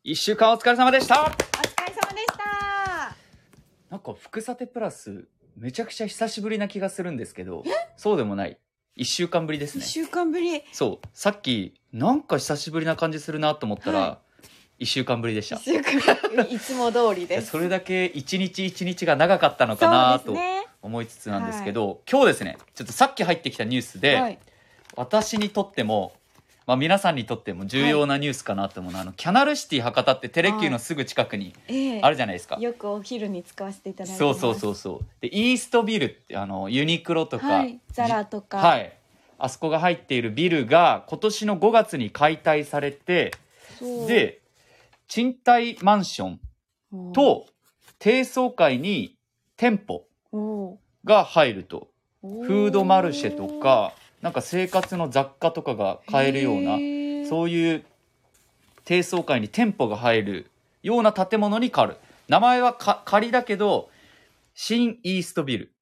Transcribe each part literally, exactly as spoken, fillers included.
一週間お疲れ様でした。 お疲れ様でした。 なんか福さてプラスめちゃくちゃ久しぶりな気がするんですけど、そうでもない。一週間ぶりですね。 一週間ぶり。 そう、さっきなんか久しぶりな感じするなと思ったら、はい、一週間ぶりでした。 一週間いつも通りです。 それだけ一日一日が長かったのかなと思いつつなんですけど、はい、今日ですね、ちょっとさっき入ってきたニュースで、はい、私にとってもまあ、皆さんにとっても重要なニュースかなと思うのは、はい、あのキャナルシティ博多ってテレキューのすぐ近くにあるじゃないですか、 えー、よくお昼に使わせていただいてます。そうそうそうそう。でイーストビルってあのユニクロとか、はい、 ザラとか、 はい、あそこが入っているビルが今年のごがつに解体されて、で賃貸マンションと低層階に店舗が入ると、フードマルシェとかなんか生活の雑貨とかが買えるような、そういう低層階に店舗が入るような建物に変わる。名前はか仮だけど新イーストビル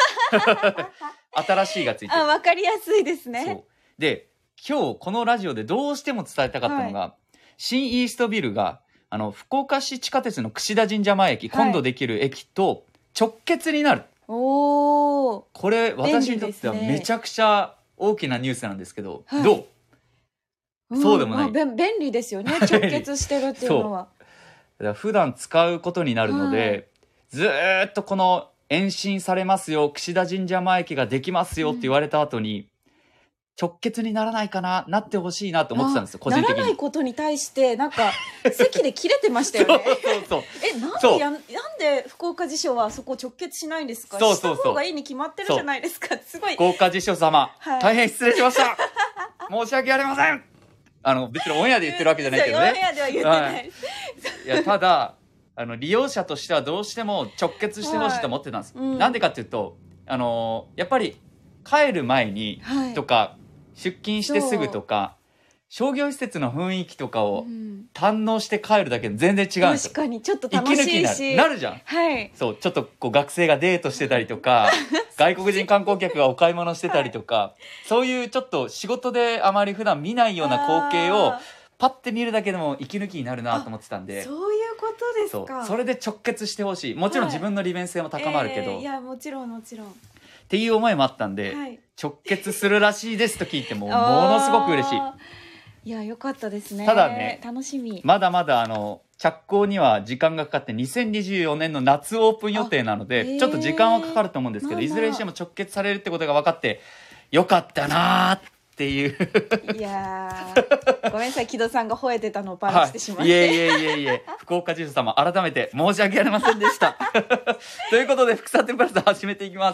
新しいがついてる。 あ、分かりやすいですね。 そうで今日このラジオでどうしても伝えたかったのが、はい、新イーストビルがあの福岡市地下鉄の櫛田神社前駅、はい、今度できる駅と直結になる。 おー、 これ私にとってはめちゃくちゃ大きなニュースなんですけど、はい、どう、うん、そうでもない。 便利ですよね直結してるっていうのは。 だから普段使うことになるので、はい、ずーっとこの延伸されますよ、櫛田神社前駅ができますよって言われた後に、うん、直結にならないかな、なってほしいなと思ってたんですよ、個人的に。 ならないことに対してなんか席で切れてましたよねそうそうそうえ、なんでや、なんで福岡地所はそこ直結しないんですか。そうそうそう、した方がいいに決まってるじゃないですか。すごい福岡地所様、はい、大変失礼しました申し訳ありません。あの別にオンエアで言ってるわけじゃないけどね。 オンエアでは言ってない、はい、 いやただあの利用者としてはどうしても直結してほしいと思ってたんです、はい、うん、なんでかっていうとあのやっぱり帰る前にとか、はい、出勤してすぐとか商業施設の雰囲気とかを堪能して帰るだけで全然違うんですよ。 確かにちょっと楽しいし、 息抜きになる、なるじゃん、はい、そうちょっとこう学生がデートしてたりとか外国人観光客がお買い物してたりとか、はい、そういうちょっと仕事であまり普段見ないような光景をパッて見るだけでも息抜きになるなと思ってたんで。 そういうことですか。 そう、それで直結してほしい。もちろん自分の利便性も高まるけど、はい、 えー、いやもちろんもちろんっていう思いもあったんで、はい、直結するらしいですと聞いてもものすごく嬉しい。 いや良かったですね。 ただね、 楽しみ。 まだまだあの着工には時間がかかってにせんにじゅうよねんの夏オープン予定なので、えー、ちょっと時間はかかると思うんですけど、まあまあ、いずれにしても直結されるってことが分かってよかったなーっていういやーごめんなさい、木戸さんが吠えてたのをバラしてしまって、 はい、いえいえいえいえ福岡地所様改めて申し訳ありませんでしたということで福さてプラス始めていきます。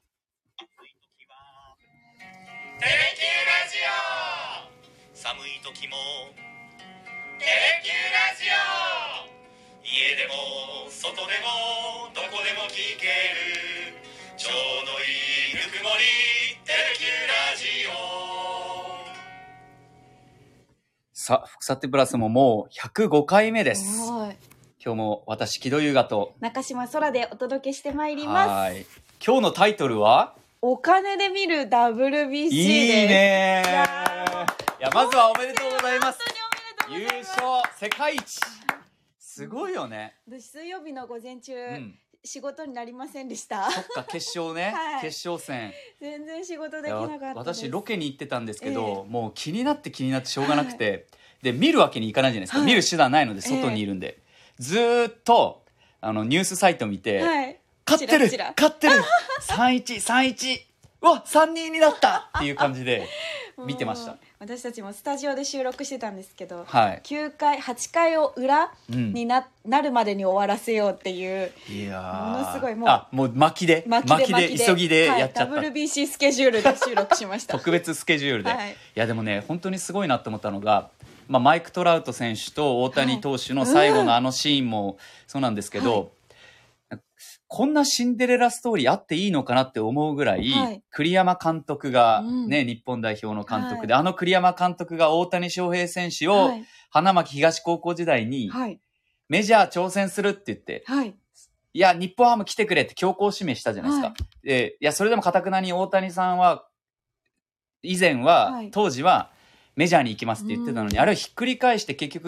テレキューラジオ、寒い時もテレキューラジオ、家でも外でもどこでも聞けるちょうどいいぬくもり、テレキューラジオ。 さあ福さてプラスももうひゃくごかいめです。今日も私木戸優雅と中島空でお届けしてまいります。 はい、今日のタイトルはお金で見る ダブリュービーシー です。 いいねー。いやまずはおめでとうございます。優勝世界一すごいよね。 私水曜日の午前中、うん、仕事になりませんでした。 そっか決勝ね、はい、決勝戦全然仕事できなかったです。 私ロケに行ってたんですけど、えー、もう気になって気になってしょうがなくて、はい、で見るわけにいかないじゃないですか、はい、見る手段ないので外にいるんで、えー、ずーっとあのニュースサイト見て、はい、勝ってるチラチラ勝ってるさんいち さんいちうわさんにになったっていう感じで見てました。 私たちもスタジオで収録してたんですけど、 はい、 きゅうかいはちかいを裏に な,、うん、なるまでに終わらせようっていう、 いやものすごいもうあもう巻きで巻き で, 巻きで急ぎでやっちゃった、はい、 ダブリュービーシー スケジュールで収録しました特別スケジュールで、はい、いやでもね本当にすごいなと思ったのが、まあ、マイク・トラウト選手と大谷投手の最後のあのシーンもそうなんですけど、はい、こんなシンデレラストーリーあっていいのかなって思うぐらい、はい、栗山監督がね、うん、日本代表の監督で、はい、あの栗山監督が大谷翔平選手を、はい、花巻東高校時代に、はい、メジャー挑戦するって言って、はい、いや日本ハム来てくれって強行指名したじゃないですか、はい、でいやそれでも堅くなに大谷さんは以前は、はい、当時はメジャーに行きますって言ってたのに、うん、あれをひっくり返して結局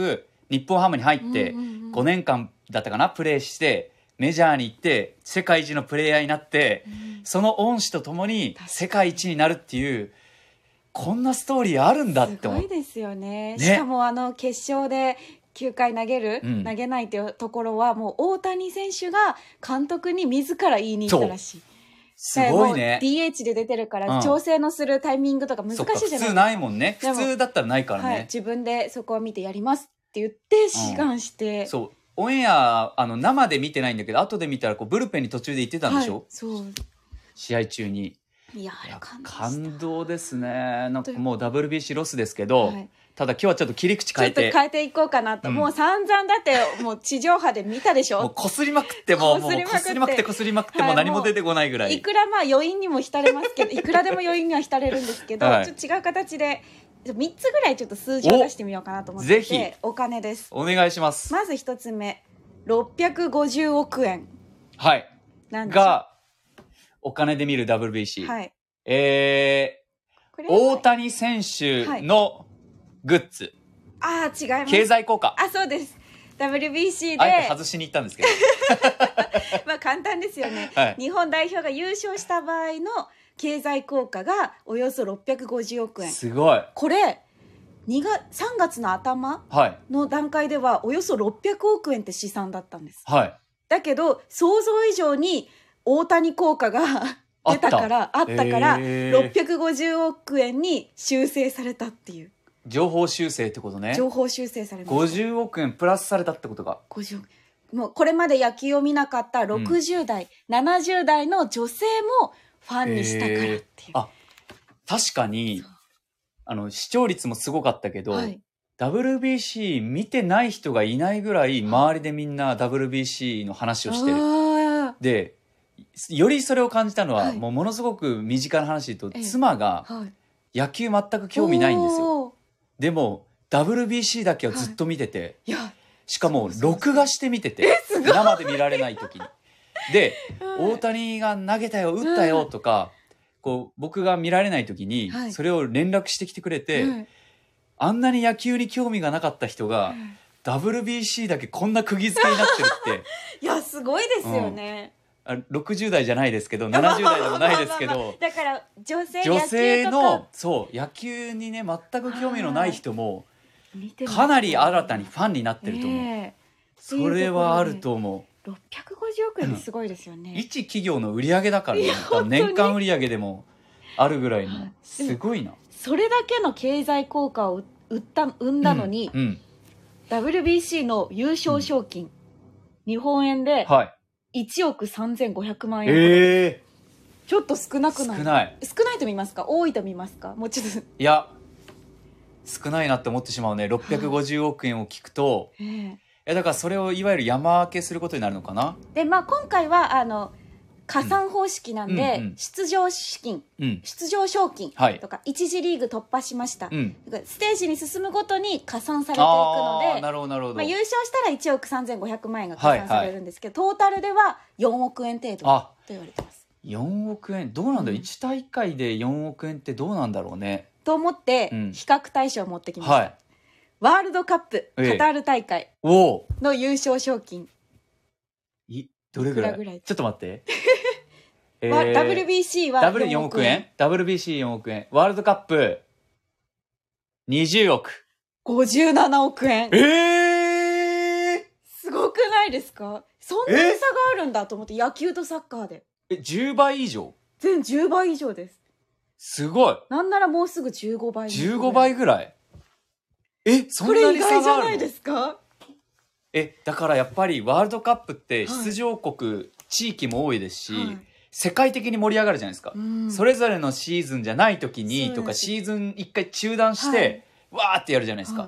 日本ハムに入ってごねんかんだったかな、プレーしてメジャーに行って世界一のプレイヤーになって、うん、その恩師とともに世界一になるっていう、こんなストーリーあるんだって思う。 すごいですよ ね, ねしかもあの決勝できゅうかい投げる、うん、投げないっていうところはもう大谷選手が監督に自ら言いに行ったらしい。 すごいね。 ディーエイチ で出てるから、うん、調整のするタイミングとか難しいじゃないですか。 普通ないもんね。普通だったらないからね、はい、 自分でそこを見てやりますって言って志願して、 うん、そうオンエアあの生で見てないんだけど後で見たらこうブルペンに途中で行ってたんでしょ、はい、 そう試合中に。 いやあれ感動した。 感動ですね。なんかもう ダブリュービーシー ロスですけど、はい、ただ今日はちょっと切り口変えてちょっと変えていこうかなと、うん、もう散々だってもう地上波で見たでしょ。 もうこすりまくってもうこすりまくってこすりまくってもう何も出てこないぐらい、はい、 いくらまあ余韻にも浸れますけどいくらでも余韻には浸れるんですけど、はい、ちょっと違う形でみっつぐらいちょっと数字を出してみようかなと思ってて。ぜひお金です。 お願いします。 まずひとつめろっぴゃくごじゅうおくえん、 はいがお金で見る ダブリュービーシー、はい、えー、大谷選手のグッズ、 はい、ああ違います。 経済効果。 あそうです。 ダブリュービーシー であえて外しに行ったんですけどまあ簡単ですよね、はい、日本代表が優勝した場合の経済効果がおよそろっぴゃくごじゅうおくえん。 すごい。 これにがつさんがつの頭の段階ではおよそろっぴゃくおくえんって試算だったんです、はい、だけど想像以上に大谷効果が出たからあったから、えー、ろっぴゃくごじゅうおくえんに修正されたっていう。 情報修正ってことね。 情報修正されました。 ごじゅうおくえんプラスされたってことか。 ごじゅうもうこれまで野球を見なかったろくじゅうだい、うん、ななじゅうだいの女性もファンにしたからっていう、えー、あ確かにあの視聴率もすごかったけど、はい、ダブリュービーシー 見てない人がいないぐらい周りでみんな ダブリュービーシー の話をしてる。でよりそれを感じたのは、はい、もうものすごく身近な話で言うと、ええ、妻が野球全く興味ないんですよ。でも ダブリュービーシー だけはずっと見てて、はい、いやしかも録画して見てて、生で見られない時にで、はい、大谷が投げたよ打ったよとか、こう僕が見られない時にそれを連絡してきてくれて、はい、あんなに野球に興味がなかった人が、はい、ダブリュービーシー だけこんな釘付けになってるっていやすごいですよね、 うん、ろくじゅうだいじゃないですけどななじゅうだいでもないですけどだから女性女性のそう野球にね全く興味のない人もかなり新たにファンになってると思う、ね、それはあると思う。 ろっぴゃくごじゅうおくえんすごいですよね、 うん、一企業の売り上げだから、ね、年間売り上げでもあるぐらいのすごいな。 それだけの経済効果を売った生んだのに、うんうん、ダブリュービーシー の優勝賞金、うん、日本円でいちおくさんぜんごひゃくまんえん、えー、ちょっと少なくない？ 少ない少ないと見ますか多いと見ますか？もうちょっといや少ないなって思ってしまうね。ろっぴゃくごじゅうおくえんを聞くと、えー、えだからそれをいわゆる山分けすることになるのかな。 で、まあ、今回はあの加算方式なんで、うんうんうん、出場資金、うん、出場賞金とか、はい、いち次リーグ突破しました、うん、ステージに進むごとに加算されていくので、 なるほどなるほど、 まあ、優勝したらいちおくさんぜんごひゃくまんえんが加算されるんですけど、はいはい、トータルではよんおくえん程度と言われてます。 よんおくえんどうなんだろう、うん、いち大会でよんおくえんってどうなんだろうねと思って比較対象を持ってきました、うんはい、ワールドカップカタール大会の優勝賞金、 ええ、どれぐらい？ぐらいちょっと待ってえー、ダブリュービーシー はよんおくえんダブリュービーシーよんおくえんワールドカップにじゅうおくごじゅうななおくえんえー、 すごくないですか？そんなに差があるんだと思って野球とサッカーでえじゅうばい以上全じゅうばい以上です。 すごい。 なんならもうすぐじゅうごばいじゅうごばいぐらいえそんなに差があるの？これ意外じゃないですか？えだからやっぱりワールドカップって出場国、はい、地域も多いですし、はい世界的に盛り上がるじゃないですか、うん、それぞれのシーズンじゃない時にとかシーズン一回中断して、はい、わーってやるじゃないですか、はい、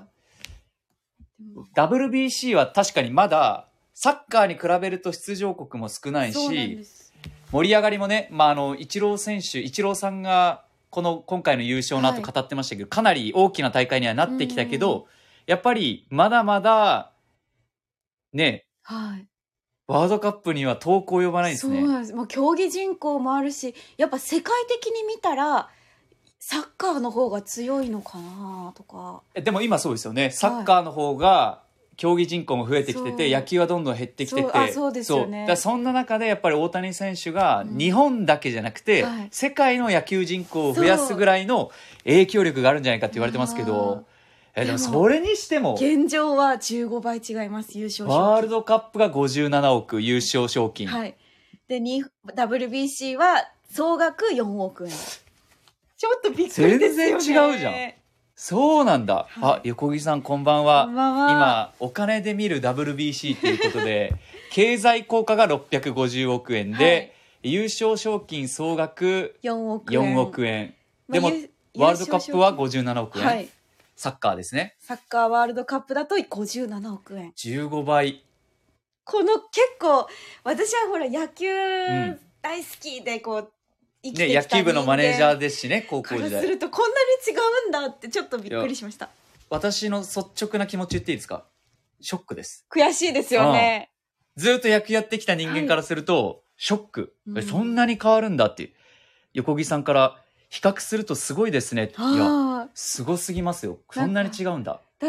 ダブリュービーシー は確かにまだサッカーに比べると出場国も少ないし盛り上がりもね、まあ、あのイチロー選手イチローさんがこの今回の優勝の後語ってましたけど、はい、かなり大きな大会にはなってきたけどやっぱりまだまだね、はいワールドカップには遠く及ばないですね。 そうなんです。もう競技人口もあるし、やっぱ世界的に見たらサッカーの方が強いのかなとか。 でも今そうですよね。サッカーの方が競技人口も増えてきてて、野球はどんどん減ってきてて、 そうあそうですよね。 そうだからそんな中でやっぱり大谷選手が日本だけじゃなくて、 うんはい、 世界の野球人口を増やすぐらいの影響力があるんじゃないかって言われてますけど、えでもそれにしても現状はじゅうごばい違います。優勝賞金ワールドカップがごじゅうななおく優勝賞金、 はい、で ダブリュービーシー は総額よんおくえん。ちょっとびっくりですよね。 全然違うじゃん。そうなんだ、はい、あ横木さんこんばんは。 こんばんは。 今お金で見る ダブリュービーシー ということで経済効果がろっぴゃくごじゅうおくえんで、はい、優勝賞金総額よんおくえん。 よんおくえんでもワールドカップはごじゅうななおくえん、はい、サッカーですね。 サッカーワールドカップだとごじゅうななおくえん、 じゅうごばい。 この結構私はほら野球大好きでこう、うん生きてきた人間、 ね、野球部のマネージャーですしね、高校時代からするとこんなに違うんだってちょっとびっくりしました。 私の率直な気持ち言っていいですか？ショックです。 悔しいですよね。 ずっと野球やってきた人間からすると、はい、ショック、うん、そんなに変わるんだっていう。横木さんから比較するとすごいですね。いやすごすぎますよ。そんなに違うんだ。 だって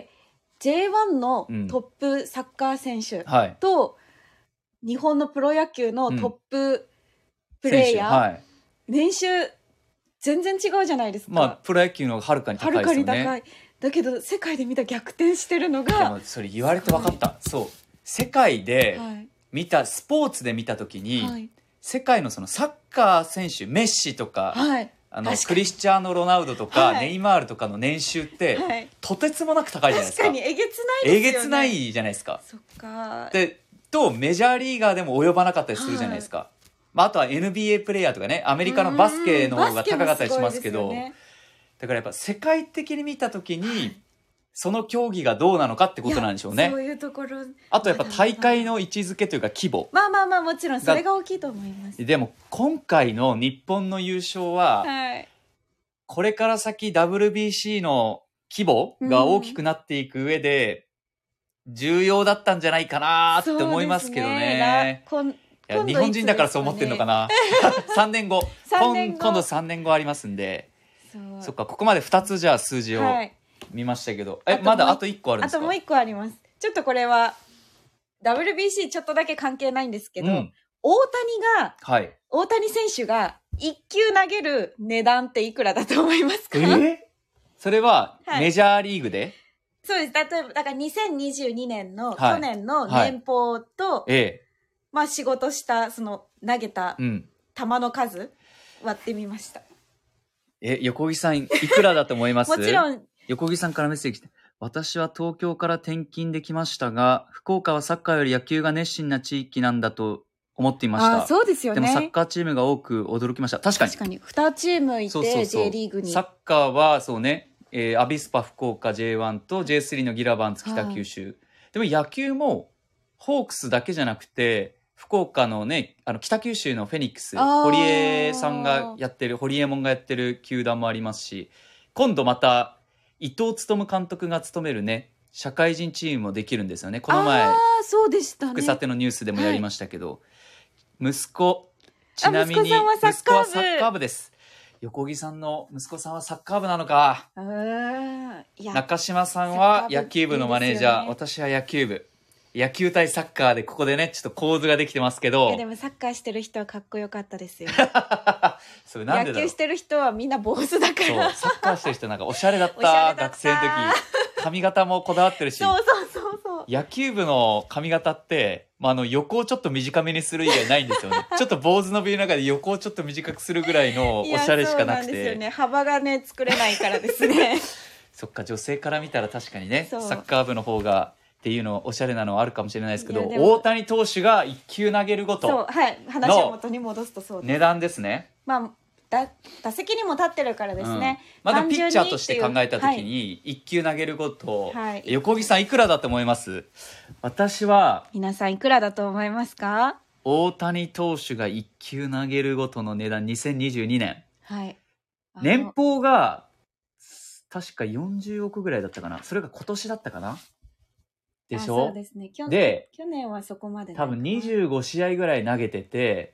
ジェイワン のトップサッカー選手と、うん、日本のプロ野球のトップ、うんプレイヤー、はい、年収全然違うじゃないですか。 まあプロ野球のはるかに高いですよね。はるかに高い。 だけど世界で見た逆転してるのが、 でもそれ言われて分かった。そう世界で見た、はい、スポーツで見た時に、はい、世界のそのサッカー選手メッシとか、はい、あのクリスチャーノ・ロナウドとか、はい、ネイマールとかの年収って、はい、とてつもなく高いじゃないですか。 確かにえげつないですよね。 えげつないじゃないですか。 そっか。 でとメジャーリーガーでも及ばなかったりするじゃないですか。はいまあ、あとは エヌビーエー プレイヤーとかねアメリカのバスケの方が高かったりしますけど、ね、だからやっぱ世界的に見た時に、はい、その競技がどうなのかってことなんでしょうね。 そういうところ。 あとやっぱ大会の位置づけというか規模、 まあまあまあもちろんそれが大きいと思います。 でも今回の日本の優勝は、はい、これから先 ダブリュービーシー の規模が大きくなっていく上で、うん、重要だったんじゃないかなって思いますけどね。いや日本人だからそう思ってんのかなさんねんご今度さんねんごありますんで、そっかここまでふたつじゃあ数字を見ましたけど、はい、えまだあといっこあるんですか？ あともういっこあります。ちょっとこれは ダブリュービーシー ちょっとだけ関係ないんですけど、うん、大谷が、はい、大谷選手がいっきゅう投げる値段っていくらだと思いますか？えー、 それはメジャーリーグで、はい、 そうです。例えばだからにせんにじゅうにねんの、はい、去年の年俸と、はいええまあ仕事したその投げた球の数割ってみました。 え横木さんいくらだと思います？ もちろん横木さんからメッセージ来て、私は東京から転勤できましたが、福岡はサッカーより野球が熱心な地域なんだと思っていました。 あそうですよね。 でもサッカーチームが多く驚きました。確かに確かににチームいてそうそうそう J リーグにサッカーはそうね、えー、アビスパ福岡 ジェイワン と ジェイスリー のギラバンツ北九州、はい、でも野球もホークスだけじゃなくて福岡のね、あの北九州のフェニックス、堀江さんがやってる、堀江門がやってる球団もありますし、今度また伊藤勉監督が務めるね、社会人チームもできるんですよね。この前、 そうでしたね、 福さてのニュースでもやりましたけど、はい、息子、ちなみに息子さんはサッカー部、 息子はサッカー部です。横木さんの息子さんはサッカー部なのか。中島さんは野球部のマネージャー、いい、ね、私は野球部。野球対サッカーでここでねちょっと構図ができてますけど、 いやでもサッカーしてる人はかっこよかったですよそれなんでだろう。 野球してる人はみんな坊主だからそうサッカーしてる人なんかおしゃれだった学生の時髪型もこだわってるしそうそうそうそう野球部の髪型って、まあ、あの横をちょっと短めにする以外ないんですよねちょっと坊主のビの中で横をちょっと短くするぐらいのおしゃれしかなくて、そうなんですよね、 幅がね作れないからですねそっか女性から見たら確かにねサッカー部の方がっていうのおしゃれなのはあるかもしれないですけど、大谷投手がいっ球投げるごとのはい話を元に戻すとそうです値段ですね。 まあだ打席にも立ってるからですね、 うん、まだピッチャーとして考えた時にいっ球投げるごと、はい、横木さんいくらだと思います？私は皆さんいくらだと思いますか？ 大谷投手がいっ球投げるごとの値段にせんにじゅうにねん、はい、年俸が確かよんじゅうおくぐらいだったかな。それが今年だったかなでしょ。 そうですね。去で去年はそこまで多分にじゅうご試合ぐらい投げてて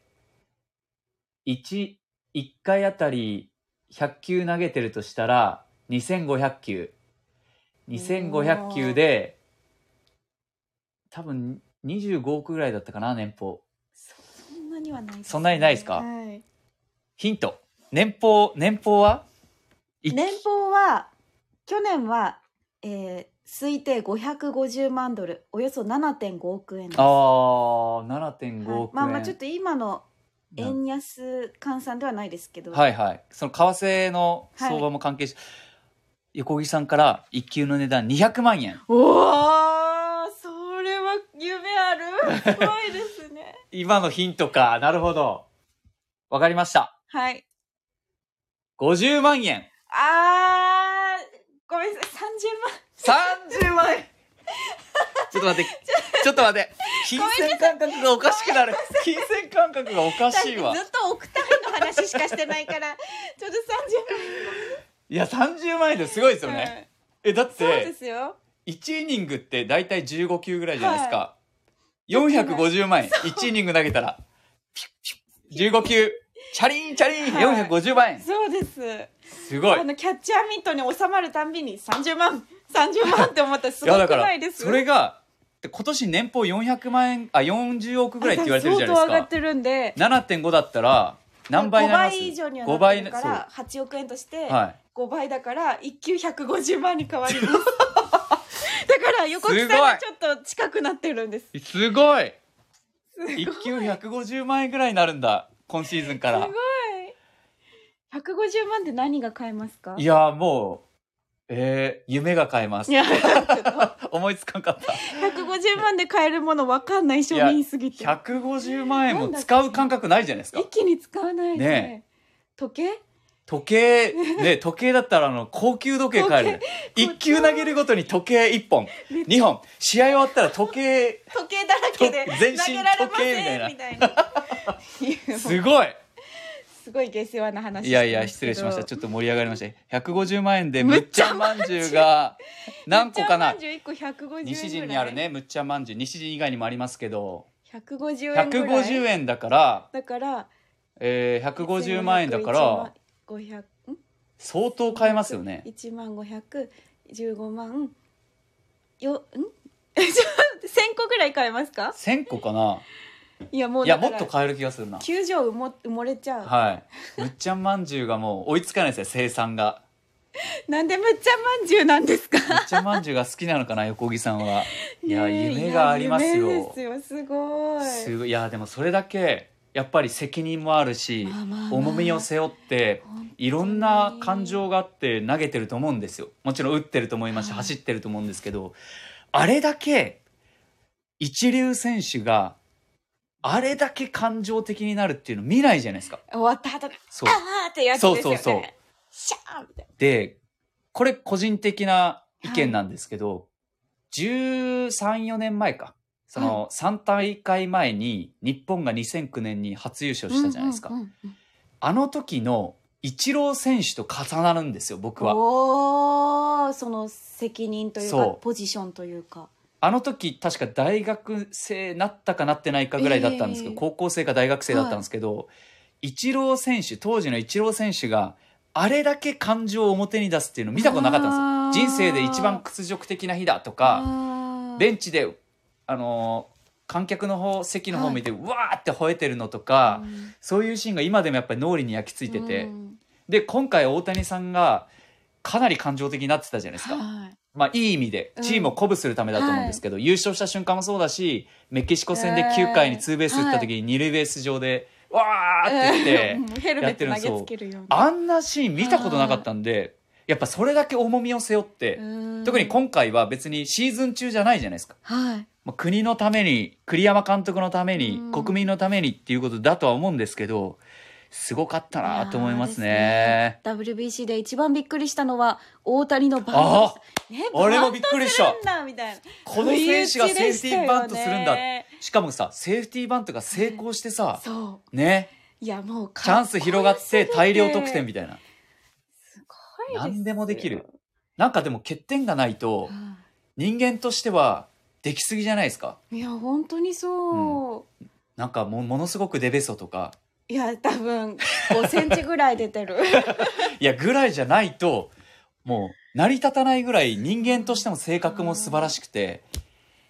1, 1回あたりひゃく球投げてるとしたらにせんごひゃく球にせんごひゃく球で多分にじゅうごおくぐらいだったかな、年俸。 そ, そんなにはないです、ね、 そんなにないですか、 はい、 ヒント。年俸、年俸は年俸は、去年は、えー、推定ごひゃくごじゅうまんドル、およそ ななてんごおくえんです。 ああ、ななてんごおくえん。 はい、まあまあちょっと今の円安換算ではないですけど。 はいはい。その為替の相場も関係し、はい、横木さんからいっ級の値段にひゃくまんえん。 おー、それは夢ある。すごいですね。 今のヒントか。なるほど。わかりました。 はい。 ごじゅうまんえん。 あー、ごめんなさい、さんじゅうまん。 さんじゅうまんえんちょっと待って、ちょっと待って。金銭感覚がおかしくなる。金銭感覚がおかしいわ。 ずっと億単位の話しかしてないから、ちょっとさんじゅうまんえん。 いや、さんじゅうまんえんですごいですよね。はい、え、だって、 そうですよ。 いちイニングってだいたいじゅうごきゅうぐらいじゃないですか。はい、よんひゃくごじゅうまんえん。いちイニング投げたら、じゅうごきゅう、チャリンチャリン、はい、よんひゃくごじゅうまんえん。 そうです。 すごい。 あの、キャッチャーミットに収まるたんびにさんじゅうまん、さんじゅうまんって思ったらすごくないです。 いや、だから、それが、今年年俸よんひゃくまんえん、あ、よんじゅうおくぐらいって言われてるじゃないですか。 相当上がってるんで。 ななてんご だったら、何倍になります？ ごばい以上にはなってるからはちおくえんとしてごばいだからいっ級ひゃくごじゅうまんに変わりますだから横木さんがちょっと近くなってるんです。 すごい。いっ級ひゃくごじゅうまんえんぐらいになるんだ、今シーズンから。 すごい。ひゃくごじゅうまんで何が買えますか？ いやもうえー、夢が買えます。いや思いつかんかった。 ひゃくごじゅうまんで買えるもの分かんない庶民すぎて。 ひゃくごじゅうまんえんも使う感覚ないじゃないですか。 一気に使わないですね。ね、時計時計、ね、時計だったらあの高級時計買える。いっ球投げるごとに時計いっぽん、にほん。試合終わったら時計、 時計だらけで全身時計みたいな。すごい。 すごい下世話な話。 いやいや失礼しました。ちょっと盛り上がりました。ひゃくごじゅうまんえんでむっちゃんまんじゅうが何個かな。西陣にあるねむっちゃんまんじゅう、西陣以外にもありますけどひゃくごじゅうえんぐらい。 ひゃくごじゅうえんだからだからえー、ひゃくごじゅうまんえんだからごひゃく相当買えますよね。 いちまんごひゃくじゅうごまんよんせんこぐらい買えますか？ せんこかな。 いやもういやもっと買える気がするな。 きゅうじょう埋も埋もれちゃう。 はいむっちゃんまんじゅうがもう追いつかないですよ、生産が。 なんでむっちゃんまんじゅうなんですか？ むっちゃんまんじゅうが好きなのかな横木さんは。いや夢がありますよ。 夢ですよ。すごいすごい。いやでもそれだけやっぱり責任もあるし、まあまあまあ、重みを背負っていろんな感情があって投げてると思うんですよ。もちろん打ってると思いますし、はい、走ってると思うんですけど、あれだけ一流選手があれだけ感情的になるっていうの見ないじゃないですか。 終わった後であーってやつですよね。そうそうそう。シャーみたいな。 でこれ個人的な意見なんですけど、はい、じゅうさん、よねんまえか。そのさん大会前に日本がにせんきゅうねんに初優勝したじゃないですか。あの時のイチロー選手と重なるんですよ、僕は。 おー、その責任というかポジションというか。 あの時確か大学生なったかなってないかぐらいだったんですけど、えー、高校生か大学生だったんですけど、はい、イチロー選手、当時のイチロー選手があれだけ感情を表に出すっていうのを見たことなかったんですよ。人生で一番屈辱的な日だとか、ベンチであの観客の方席の方見て、はい、うわーって吠えてるのとか、うん、そういうシーンが今でもやっぱり脳裏に焼き付いてて、うん、で今回大谷さんがかなり感情的になってたじゃないですか。はい、まあいい意味でチームを鼓舞するためだと思うんですけど、うん、優勝した瞬間もそうだし、メキシコ戦できゅうかいにツーベース打った時に二塁ベース上で、えー、わーって言ってやってるんですよ。あんなシーン見たことなかったんで、やっぱそれだけ重みを背負って、特に今回は別にシーズン中じゃないじゃないですか。はい、まあ、国のために、栗山監督のために、国民のためにっていうことだとは思うんですけど、すごかったなと思いますね。ねダブリュービーシー で一番びっくりしたのは大谷のバント。 あ、ね、俺もびっくりした。この選手がセーフティーバントするんだ。しかもさ、セーフティーバントが成功してさ、 そうね、 いやもうチャンス広がって大量得点みたいな。すごいですよ。何でもできる。なんかでも欠点がないと、人間としてはできすぎじゃないですか。 いや本当にそう、うん、 なんか も, ものすごくデベソとか、 いや多分ごセンチぐらい出てるいやぐらいじゃないともう成り立たないぐらい人間としても性格も素晴らしくて、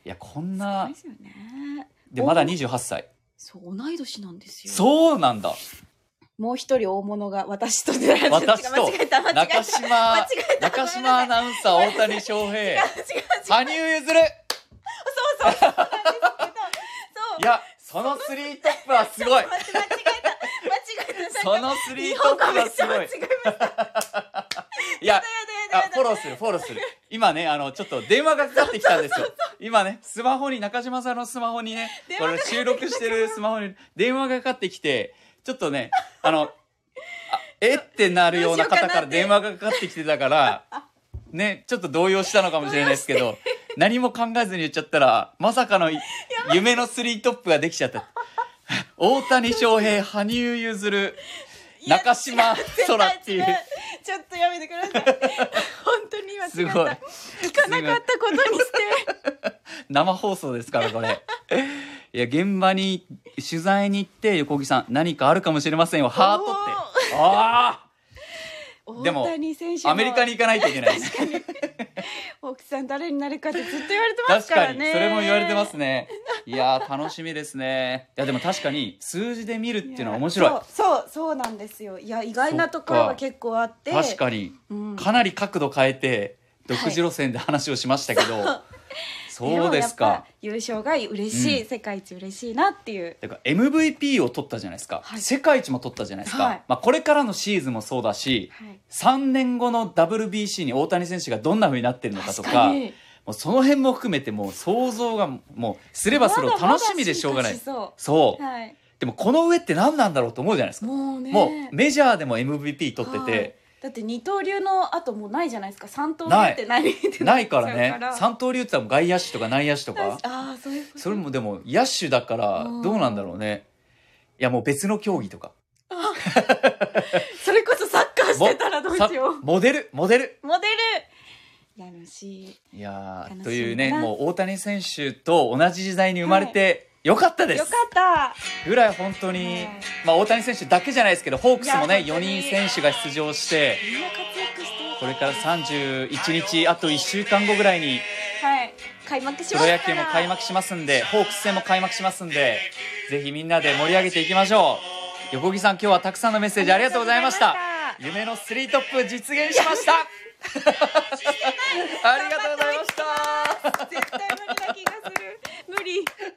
いやこんなすごいですよね。 でまだにじゅうはっさい。 そう同い年なんですよ。 そうなんだ。 もう一人大物が私と出私と間違えた間違えた中島中島アナウンサー大谷翔平羽生結弦。 そうそうそうなんですけど、そういやそのスリートップはすごい。 間違えた間違えた。 そのスリートップはすごい。いやフォローするフォローする。今ねあのちょっと電話がかかってきたんですよ。今ねスマホに中島さんのスマホにねこれ収録してるスマホに電話がかかってきてちょっとねあのあえってなるような方から電話がかかってきてたからねちょっと動揺したのかもしれないですけど何も考えずに言っちゃったらまさかの夢のスリートップができちゃった。大谷翔平羽生結弦中島空っていう。 ちょっとやめてください。本当に今すごい聞かなかったことにして生放送ですからこれ。いや現場に取材に行って横木さん何かあるかもしれませんよハートって。ああでもアメリカに行かないといけない。 確かに大木さん誰になるかってずっと言われてますからね。 確かにそれも言われてますね。いやー楽しみですね。いやでも確かに数字で見るっていうのは面白い。 そうそうそうなんですよ。いや意外なところが結構あって確かに、うん、かなり角度変えて独自路線で話をしましたけど、はい、そうですか。 優勝が嬉しい、うん、世界一嬉しいなっていう。 だから エムブイピー を取ったじゃないですか、はい、世界一も取ったじゃないですか、はい、まあ、これからのシーズンもそうだし、はい、さんねんごの ダブリュービーシー に大谷選手がどんな風になってるのかとかもうその辺も含めてもう想像がもうすればするほど楽しみでしょうがない。 そう、 そう、 はい、 でもこの上って何なんだろうと思うじゃないですか。 もうね、 もうメジャーでも エムブイピー 取ってて、はい、 だって二刀流の後もうないじゃないですか。三刀流って何ってないからね。三刀流って言ったら外野手とか内野手とかあそういうこと。 それもでも野手だからどうなんだろうね。いやもう別の競技とかそれこそサッカーしてたらどうしよう。 モデルモデルモデルやるしいやというねもう大谷選手と同じ時代に生まれて、はいよかったです。 よかったぐらい本当に、はい、まあ大谷選手だけじゃないですけどホークスもねよにん選手が出場してみんな活躍してこれからさんじゅういちにちあといっしゅうかんごぐらいに、 はい、開幕しますから。 プロ野球も開幕しますんでホークス戦も開幕しますんでぜひみんなで盛り上げていきましょう。横木さん今日はたくさんのメッセージありがとうございました。夢のスリートップ実現しましたありがとうございました絶対無理な気がする無理